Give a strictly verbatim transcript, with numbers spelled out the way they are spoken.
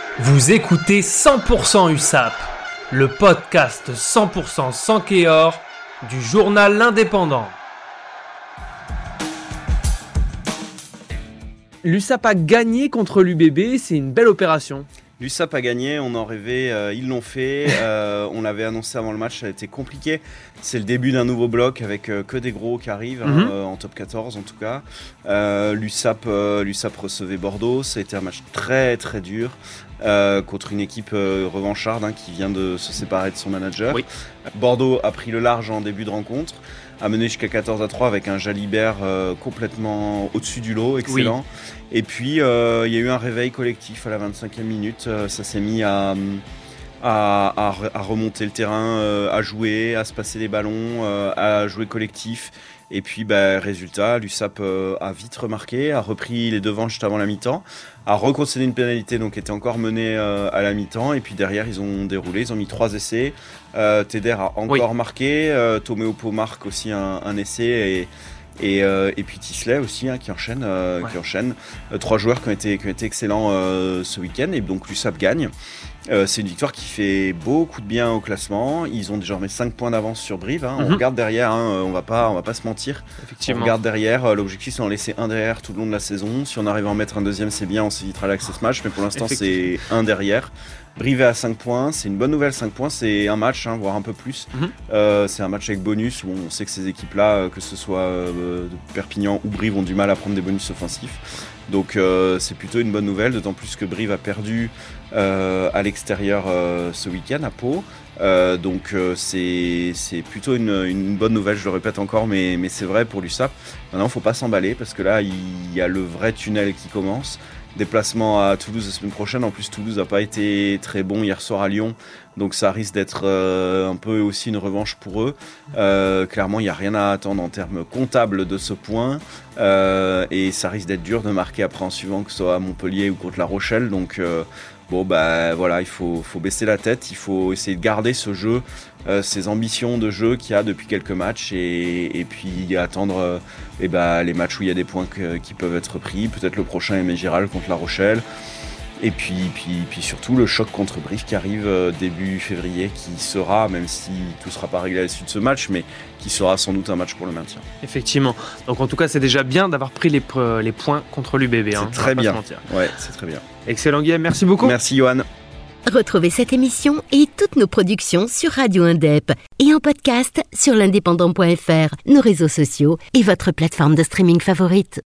Vous écoutez cent pour cent U S A P, le podcast cent pour cent sans Kéor du journal L'Indépendant. L'U S A P a gagné contre l'U B B, c'est une belle opération. L'U S A P a gagné, on en rêvait, euh, ils l'ont fait, euh, on l'avait annoncé avant le match, ça a été compliqué. C'est le début d'un nouveau bloc avec euh, que des gros qui arrivent, hein, mm-hmm. euh, en top quatorze en tout cas. Euh, L'U S A P, euh, l'U S A P recevait Bordeaux, ça a été un match très très dur euh, contre une équipe euh, revancharde hein, qui vient de se séparer de son manager. Oui. Bordeaux a pris le large en début de rencontre, a mené jusqu'à quatorze à trois avec un Jalibert euh, complètement au-dessus du lot, excellent. Oui. Et puis il euh, y a eu un réveil collectif à la vingt-cinquième minute, euh, ça s'est mis à, à, à, à remonter le terrain, euh, à jouer, à se passer les ballons, euh, à jouer collectif. Et puis bah, résultat, l'U S A P euh, a vite remarqué, a repris les devants juste avant la mi-temps, a reconsidéré une pénalité, donc était encore mené euh, à la mi-temps. Et puis derrière, ils ont déroulé, ils ont mis trois essais. Euh, Teder a encore oui. marqué, euh, Toméopo marque aussi un, un essai et Et, euh, et puis Tisley aussi hein, qui enchaîne, euh, ouais. qui enchaîne. Euh, trois joueurs qui ont été, qui ont été excellents euh, ce week-end et donc l'U S A P gagne. Euh, c'est une victoire qui fait beaucoup de bien au classement. Ils ont désormais cinq points d'avance sur Brive. Hein. Mm-hmm. On regarde derrière, hein, on va pas, on va pas se mentir. Effectivement. On regarde derrière. L'objectif c'est d'en laisser un derrière tout le long de la saison. Si on arrive à en mettre un deuxième, c'est bien. On s'évitera l'access match, mais pour l'instant c'est un derrière. Brive est à cinq points, c'est une bonne nouvelle. cinq points, c'est un match, hein, voire un peu plus. Mm-hmm. Euh, c'est un match avec bonus où on sait que ces équipes-là, que ce soit euh, Perpignan ou Brive, ont du mal à prendre des bonus offensifs. Donc euh, c'est plutôt une bonne nouvelle, d'autant plus que Brive a perdu euh, à l'extérieur euh, ce week-end à Pau. Euh, donc euh, c'est, c'est plutôt une, une bonne nouvelle, je le répète encore, mais, mais c'est vrai pour l'U S A P. Maintenant, il ne faut pas s'emballer parce que là, il y a le vrai tunnel qui commence. Déplacement à Toulouse la semaine prochaine. En plus, Toulouse n'a pas été très bon hier soir à Lyon. Donc ça risque d'être euh, un peu aussi une revanche pour eux. Euh, clairement, il n'y a rien à attendre en termes comptables de ce point. Euh, et ça risque d'être dur de marquer après en suivant, que ce soit à Montpellier ou contre La Rochelle. Donc euh, bon, bah voilà, il faut, faut baisser la tête. Il faut essayer de garder ce jeu, euh, ces ambitions de jeu qu'il y a depuis quelques matchs. Et, et puis attendre euh, et bah, les matchs où il y a des points que, qui peuvent être pris. Peut-être le prochain Aimé Giral contre La Rochelle. Et puis, puis, puis surtout le choc contre Brive qui arrive euh, début février, qui sera, même si tout ne sera pas réglé à l'issue de ce match, mais qui sera sans doute un match pour le maintien. Effectivement. Donc en tout cas, c'est déjà bien d'avoir pris les, les points contre l'U B B. C'est hein, très bien. Ouais, c'est très bien. Excellent Guillaume, merci beaucoup. Merci Johan. Retrouvez cette émission et toutes nos productions sur Radio Indep et en podcast sur l'indépendant point f r, nos réseaux sociaux et votre plateforme de streaming favorite.